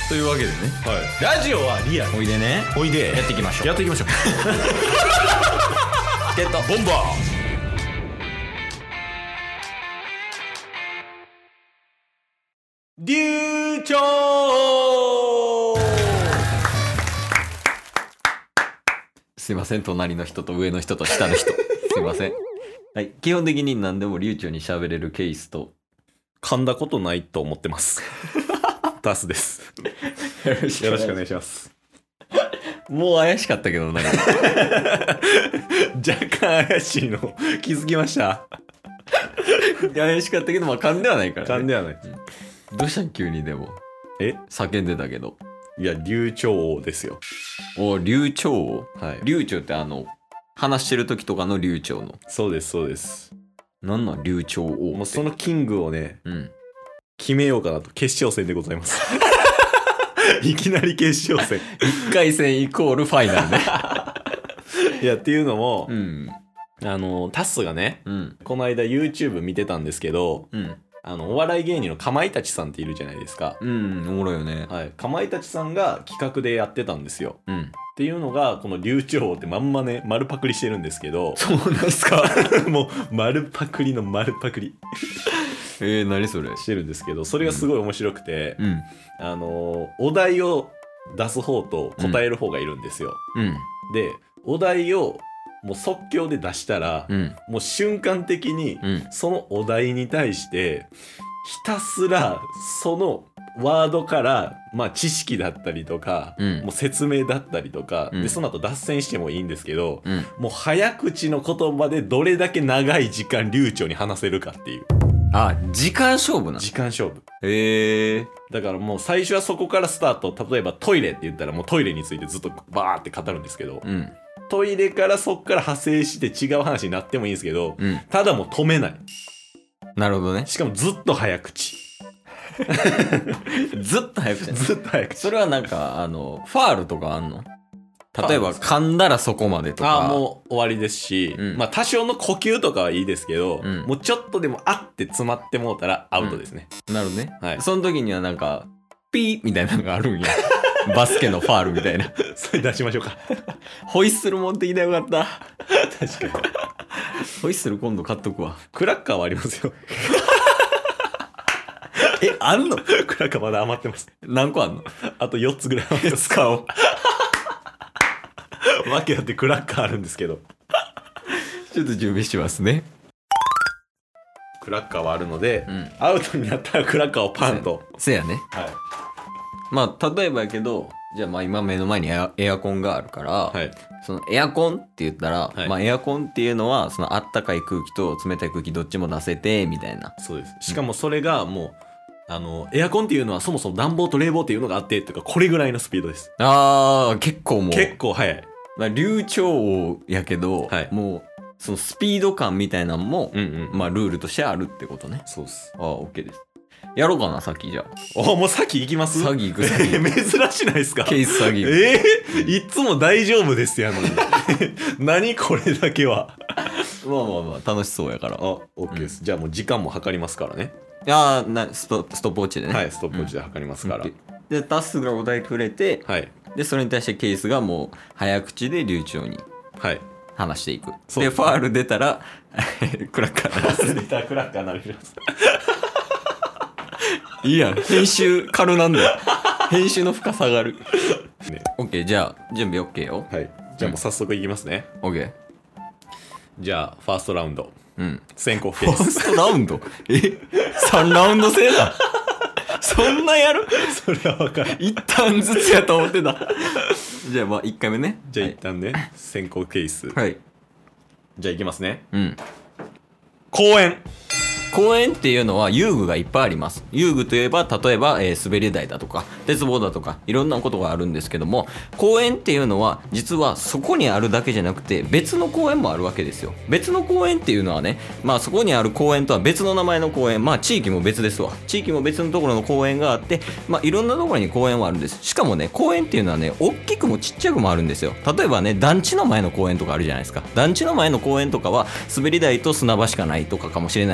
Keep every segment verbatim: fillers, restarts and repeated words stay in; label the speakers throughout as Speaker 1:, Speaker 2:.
Speaker 1: というわけでね、
Speaker 2: はい、ラジオはリアル。
Speaker 1: おいでね、
Speaker 2: おいで
Speaker 1: やっていきましょう。
Speaker 2: やっていきましょう
Speaker 1: ゲット
Speaker 2: ボンバー。流暢。
Speaker 1: すいません、隣の人と上の人と下の人すいません。はい、基本的に何でも流暢に喋れるケースと
Speaker 2: 噛んだことないと思ってますタスです。
Speaker 1: よろし
Speaker 2: よろしくお願いします。
Speaker 1: もう怪しかったけどなんか
Speaker 2: 若干怪しいの気づきました。
Speaker 1: 怪しかったけど、まあ噛んではないからね。
Speaker 2: 噛んではない。
Speaker 1: どうしたん急に。でも
Speaker 2: え
Speaker 1: 叫んでたけど。
Speaker 2: いや、流暢王ですよ。
Speaker 1: お、流暢王。
Speaker 2: はい。
Speaker 1: 流暢ってあの話してる時とかの流暢の。
Speaker 2: そうですそうです。
Speaker 1: なんなん流暢王って。
Speaker 2: もうそのキングをね、
Speaker 1: うん、
Speaker 2: 決めようかなと。決勝戦でございますいきなり決勝戦。
Speaker 1: いっかい戦イコールファイナルね
Speaker 2: いやっていうのも、
Speaker 1: うん、
Speaker 2: あのタスがね、
Speaker 1: うん、
Speaker 2: この間 YouTube 見てたんですけど、
Speaker 1: うん、
Speaker 2: あのお笑い芸人のかまいたちさんっているじゃないですか。
Speaker 1: うん、おもろいよね。
Speaker 2: はい、かまいたちさんが企画でやってたんですよ。
Speaker 1: うん、
Speaker 2: っていうのがこの流暢王ってまんまね丸パクリしてるんですけど。
Speaker 1: そうなんですか
Speaker 2: もう丸パクリの丸パクリ
Speaker 1: えー、何それ
Speaker 2: してるんですけど、それがすごい面白くて、
Speaker 1: うん、
Speaker 2: あのお題を出す方と答える方がいるんですよ。
Speaker 1: うん、
Speaker 2: でお題をもう即興で出したら、
Speaker 1: うん、
Speaker 2: もう瞬間的にそのお題に対してひたすらそのワードから、まあ、知識だったりとか、
Speaker 1: うん、
Speaker 2: もう説明だったりとか、
Speaker 1: うん、
Speaker 2: でその後脱線してもいいんですけど、
Speaker 1: うん、
Speaker 2: もう早口の言葉でどれだけ長い時間流暢に話せるかっていう。
Speaker 1: あ、時間勝負な。
Speaker 2: 時間勝負。
Speaker 1: へえー。
Speaker 2: だからもう最初はそこからスタート。例えばトイレって言ったらもうトイレについてずっとバーって語るんですけど、
Speaker 1: うん、
Speaker 2: トイレからそこから派生して違う話になってもいいんですけど、
Speaker 1: うん、
Speaker 2: ただもう止めない。
Speaker 1: なるほどね。
Speaker 2: しかもずっと早口
Speaker 1: ずっと早口。
Speaker 2: ずっと早口。
Speaker 1: それはなんかあのファールとかあんの？例えば噛んだらそこまでとか。
Speaker 2: ああ、もう終わりですし、うん、まあ多少の呼吸とかはいいですけど、うん、もうちょっとでもあって詰まってもうたらアウトですね。
Speaker 1: うん、なるね。
Speaker 2: はい。
Speaker 1: その時にはなんかピーみたいなのがあるんや。バスケのファールみたいな。
Speaker 2: それ出しましょうか。
Speaker 1: ホイッスル持ってきたらよかった。
Speaker 2: 確かに。
Speaker 1: ホイッスル今度買っとくわ。
Speaker 2: クラッカーはありますよ。
Speaker 1: え、あんの？
Speaker 2: クラッカーまだ余ってます。
Speaker 1: 何個あんの？
Speaker 2: あとよっつぐらい余ってます。
Speaker 1: 使おう。
Speaker 2: わけあってクラッカーあるんですけど。
Speaker 1: ちょっと準備しますね。
Speaker 2: クラッカーはあるので、
Speaker 1: うん、
Speaker 2: アウトになったらクラッカーをパンと。
Speaker 1: せやね。
Speaker 2: はい。
Speaker 1: まあ例えばやけど、じゃあまあ今目の前にエア、エアコンがあるから、はい、そのエアコンって言ったら、はい、まあエアコンっていうのはそのあったかい空気と冷たい空気どっちも出せてみたいな。
Speaker 2: そうです。しかもそれがもう、うん、あのエアコンっていうのはそもそも暖房と冷房っていうのがあってとか、これぐらいのスピードです。
Speaker 1: あー、結構もう
Speaker 2: 結構速い。
Speaker 1: まあ、流暢やけど、はい、もうそのスピード感みたいなのも、うんうん、まあルールとしてあるってことね。
Speaker 2: そうです。
Speaker 1: ああ、OK です。やろうかな、先じゃあ。
Speaker 2: お、もう先行きます？
Speaker 1: 先行く、先行く。
Speaker 2: 珍しないですか？
Speaker 1: ケース先行く。
Speaker 2: えー、いつも大丈夫ですやのに。何これだけは。
Speaker 1: まあまあまあ、楽しそうやから。
Speaker 2: あ、OK です。うん、じゃあもう時間も計りますからね。
Speaker 1: いやーなスト、ストップウォッチでね。
Speaker 2: はい、ストップウォッチで測りますから。うん、
Speaker 1: で、タスがお題くれて、はい、で、それに対してケースがもう早口で流暢に話していく。はい、で、ファール出たら、クラッカー鳴らす。
Speaker 2: 出たらクラッカー鳴らします。
Speaker 1: いいやん、編集軽なんだよ。編集の負荷下がる。ね、OK、じゃあ、準備 OK よ。
Speaker 2: はい。じゃあもう早速いきますね。
Speaker 1: うん、OK。
Speaker 2: じゃあ、ファーストラウンド。
Speaker 1: うん。
Speaker 2: 先行ケース。
Speaker 1: ファーストラウンドえ ?さん ラウンド制だ。そんなやる？
Speaker 2: それは分からん。
Speaker 1: 一旦ずつやと思ってた。じゃあまあいっかいめね。
Speaker 2: じゃあ一旦ね、はい、先行ケース。
Speaker 1: はい。
Speaker 2: じゃあいきますね。
Speaker 1: うん。
Speaker 2: 公園。
Speaker 1: 公園っていうのは遊具がいっぱいあります。遊具といえば例えば、えー、滑り台だとか鉄棒だとかいろんなことがあるんですけども、公園っていうのは実はそこにあるだけじゃなくて別の公園もあるわけですよ。別の公園っていうのはね、まあそこにある公園とは別の名前の公園、まあ地域も別ですわ。地域も別のところの公園があって、まあいろんなところに公園はあるんです。しかもね、公園っていうのはね、大きくもちっちゃくもあるんですよ。例えばね、団地の前の公園とかあるじゃないですか。団地の前の公園とかは滑り台と砂場しかないとかかもしれないんですけど、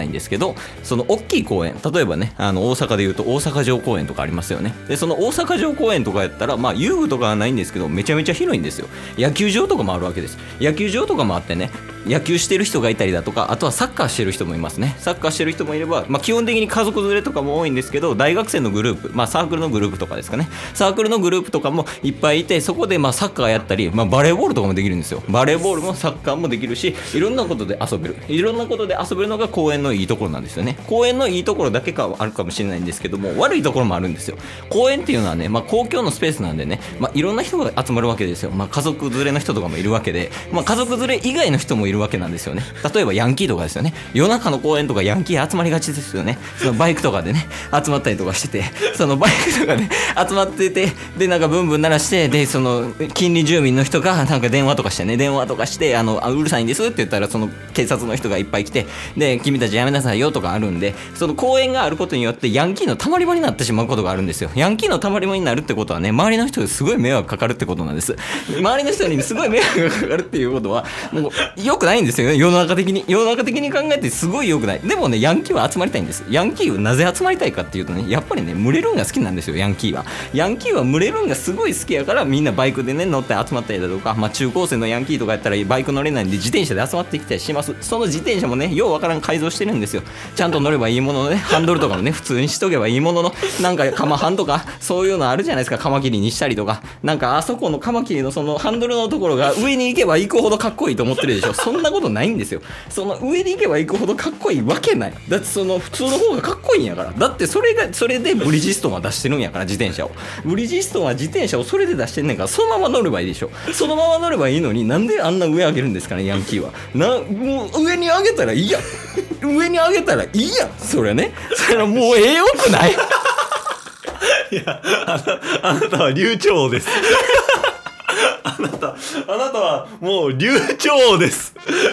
Speaker 1: ど、その大きい公園、例えばねあの大阪でいうと大阪城公園とかありますよね。でその大阪城公園とかやったらまあ遊具とかはないんですけどめちゃめちゃ広いんですよ。野球場とかもあるわけです。野球場とかもあってね、野球してる人がいたりだとか、あとはサッカーしてる人もいますね。サッカーしてる人もいれば、まあ、基本的に家族連れとかも多いんですけど、大学生のグループ、まあ、サークルのグループとかですかね、サークルのグループとかもいっぱいいて、そこでまあサッカーやったり、まあ、バレーボールとかもできるんですよ。バレーボールもサッカーもできるし、いろんなことで遊べるいろんなことで遊べるのが公園のいいところなんですよね。公園のいいところだけかはあるかもしれないんですけども、悪いところもあるんですよ。公園っていうのはね、まあ、公共のスペースなんでね、まあ、いろんな人が集まるわけですよ。まあ、家族連れの人とかもいるわけで、まあ、家族連れ以外の人もいるわけなんですよね。例えばヤンキーとかですよね。夜中の公園とかヤンキー集まりがちですよね。そのバイクとかでね集まったりとかしてて、そのバイクとかで集まってて、でなんかブンブン鳴らして、でその近隣住民の人がなんか電話とかしてね電話とかしてあのあうるさいんですって言ったら、その警察の人がいっぱい来て、で君たちやめなさいよとかあるんで、その公園があることによってヤンキーのたまり場になってしまうことがあるんですよ。ヤンキーのたまり場になるってことはね、周りの人にすごい迷惑かかるってことなんです。周りの人にすごい迷惑がかかるっていうことはもう良くないんですよね。世の中的に世の中的に考えてすごい良くない。でもねヤンキーは集まりたいんです。ヤンキーはなぜ集まりたいかっていうとね、やっぱりね群れるんが好きなんですよ。ヤンキーはヤンキーは群れるんがすごい好きやから、みんなバイクでね乗って集まったりだとか、まあ、中高生のヤンキーとかやったらバイク乗れないんで自転車で集まってきたりします。その自転車もねようわからん改造してるんですよ。ちゃんと乗ればいいもののね、ハンドルとかもね普通にしとけばいいものの、なんかカマハンとかそういうのあるじゃないですか。カマキリにしたりとか、なんかあそこのカマキリのそのハンドルのところが上に行けば行くほどかっこいいと思ってるでしょ。そんなことないんですよ。その上に行けば行くほどかっこいいわけない。だってその普通の方がかっこいいんやから。だってそれがそれでブリヂストンは出してるんやから、自転車をブリヂストンは自転車をそれで出してんねんから、そのまま乗ればいいでしょ。そのまま乗ればいいのに、なんであんな上上げるんですかねヤンキーは。なもう上に上げたらいいやん上に上げたらいいやん。それね、それはもうええよくない
Speaker 2: いや、あな、あなたは流暢王ですあなたあなたはもう流暢王です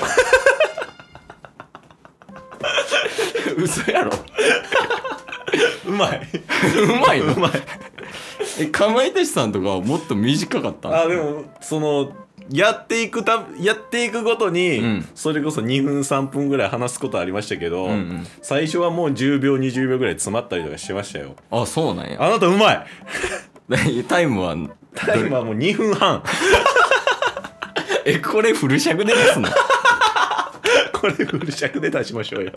Speaker 1: 嘘やろ
Speaker 2: うまいう
Speaker 1: まいの
Speaker 2: うまい
Speaker 1: え、かまいたちさんとかはもっと短かった？
Speaker 2: あ、でもそのやっていくたやっていくごとに、うん、それこそにふんさんぷんぐらい話すことありましたけど、うんうん、最初はもうじゅうびょうにじゅうびょうぐらい詰まったりとかしてましたよ。
Speaker 1: あ、そうなんや。
Speaker 2: あなたうま
Speaker 1: いタイムは
Speaker 2: タイムはもうにふんはん
Speaker 1: え、これフル尺で出すの
Speaker 2: これフル尺で出しましょうよ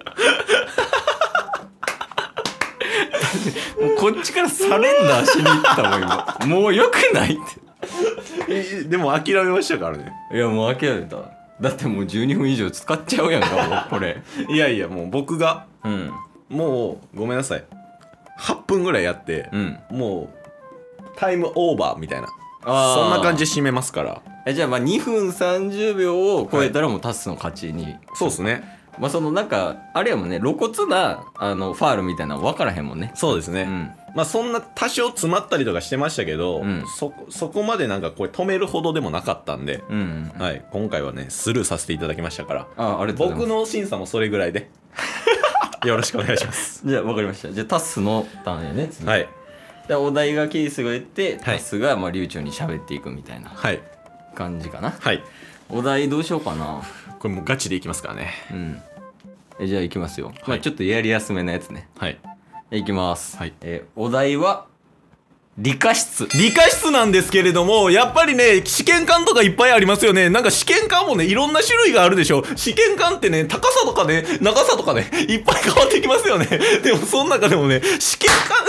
Speaker 1: もうこっちからサレンダーしに行ったもん今もうよくないって
Speaker 2: でも諦めましたからね。
Speaker 1: いやもう諦めた。だってもうじゅうにふん以上使っちゃうやんかもうこれ
Speaker 2: いやいや、もう僕が、うん、もうごめんなさいはっぷんぐらいやって、うん、もうタイムオーバーみたいな、そんな感じで締めますから。
Speaker 1: え、じゃあまあにふんさんじゅうびょうを超えたらもうタスの勝ちに、はい、
Speaker 2: そうですね。
Speaker 1: まあそのなんかあれやもんね、露骨なあのファールみたいなの分からへんもんね。
Speaker 2: そうですね、うん、まあそんな多少詰まったりとかしてましたけど、うん、そ, そこまでなんかこれ止めるほどでもなかったんで、うんうんうん、はい、今回はねスルーさせていただきましたから。
Speaker 1: あ、ありがとうございます。
Speaker 2: 僕の審査もそれぐらいでよろしくお願いします
Speaker 1: じゃあ分かりました。じゃあタスのターンやね次。
Speaker 2: はい。
Speaker 1: でお題がケースが言って、はい、タスがまあ流暢に喋っていくみたいな感じかな。
Speaker 2: はい。
Speaker 1: お題どうしようかな。
Speaker 2: これもうガチでいきますからね。
Speaker 1: うん。え、じゃあいきますよ、はい。まあ、ちょっとやりやすめなやつね。
Speaker 2: はい。
Speaker 1: いきます。
Speaker 2: はい。
Speaker 1: えー、お題は理科室。
Speaker 2: 理科室なんですけれども、やっぱりね、試験管とかいっぱいありますよね。なんか試験管もね、いろんな種類があるでしょ。試験管ってね、高さとかね、長さとかね、いっぱい変わってきますよね。でもその中でもね、試験管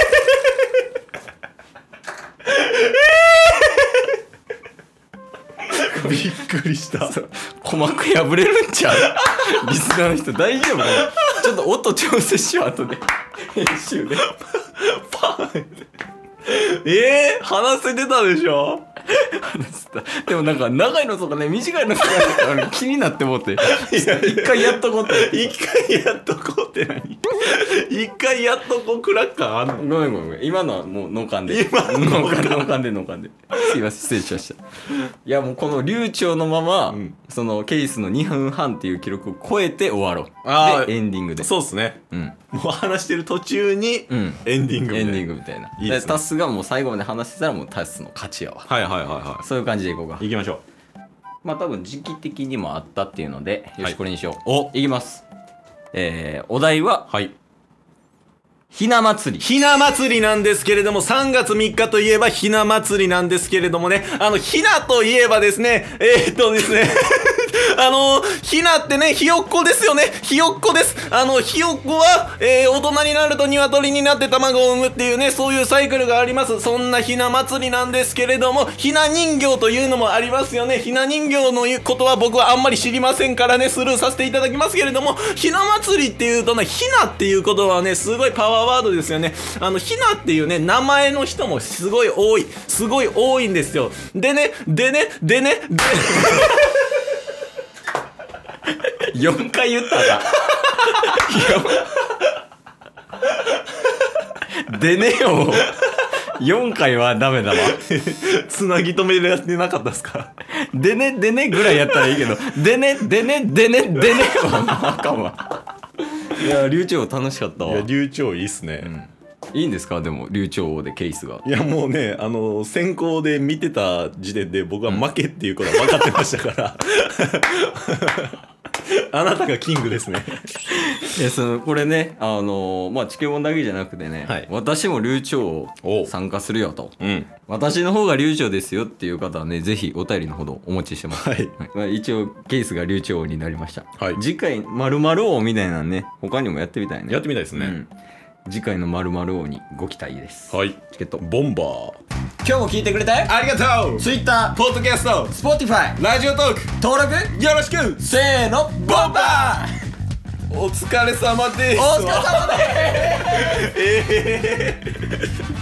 Speaker 2: びっくりした。
Speaker 1: 鼓膜破れるんちゃうリスナーの人大丈夫かな。ちょっと音調整しよう後で編集で
Speaker 2: パーンえー、話せてたでしょ。
Speaker 1: 話せた。でもなんか長いのとかね短いのとか気になって思って一回やっとこうって
Speaker 2: 一回やっとこうって何一回やっとこうクラッカーあんの。
Speaker 1: ごめんごめんごめん、今のはもう脳幹で今の脳幹で脳幹で脳幹ですいません失礼しました。いやもうこの流暢のまま、うん、そのケースのにふんはんっていう記録を超えて終わろう。あでエンディングで。
Speaker 2: そうっすね、うん、もう話してる途中に、うん、エンディングみたいな。
Speaker 1: エンディングみたいな。いいですね。タスがもう最後まで話してたらもうタスの勝ちやわ。
Speaker 2: はいはいはいはい。
Speaker 1: そういう感じでいこうか。
Speaker 2: いきましょう。
Speaker 1: まあ多分時期的にもあったっていうので、よし、はい、これにしよう。
Speaker 2: お、
Speaker 1: いきます。 えー、お題は
Speaker 2: はい。
Speaker 1: ひな祭り。
Speaker 2: ひな祭りなんですけれども、さんがつみっかといえばひな祭りなんですけれどもね、あの、ひなといえばですね、えー、っとですね、あの、ひなってね、ひよっこですよね。ひよっこです。あの、ひよっこは、えー、大人になると鶏になって卵を産むっていうね、そういうサイクルがあります。そんなひな祭りなんですけれども、ひな人形というのもありますよね。ひな人形のことは僕はあんまり知りませんからね、スルーさせていただきますけれども、ひな祭りっていうとね、ひなっていう言葉はね、すごいパワーワードですよね。あの、ひなっていうね、名前の人もすごい多い。すごい多いんですよ。でね、でね、でね、でね、
Speaker 1: よんかい言ったかでねよよんかいはダメだわ
Speaker 2: つなぎ止められてなかったですか？
Speaker 1: でねでねぐらいやったらいいけどでねでねでねでねはあかんわ。いや流暢楽しかったわ。
Speaker 2: いや流暢いいっすね、
Speaker 1: うん、いいんですか？でも流暢でケースが。
Speaker 2: いやもうね、あの先行で見てた時点で僕は負けっていうことは分かってましたから、あなたがキングですね。
Speaker 1: いやそのこれね、あのー、まあチケモンだけじゃなくてね、はい、私も流暢を参加するよと、うん、私の方が流暢ですよっていう方はね、ぜひお便りのほどお持ちしてます、はいはい、まあ、一応ケースが流暢になりました、はい、次回〇〇王みたいなね、他にもやってみたいね。
Speaker 2: やってみたいですね、うん、
Speaker 1: 次回の〇〇王にご期待です。
Speaker 2: はい、
Speaker 1: チケット
Speaker 2: ボンバー。
Speaker 1: 今日も聞いてくれてありがとう。 Twitter、ポッドキャスト、Spotify、ラジオトーク登録よろしく。せーの、ボンバー。
Speaker 2: お疲れ様です。
Speaker 1: お疲れ様です。
Speaker 2: えー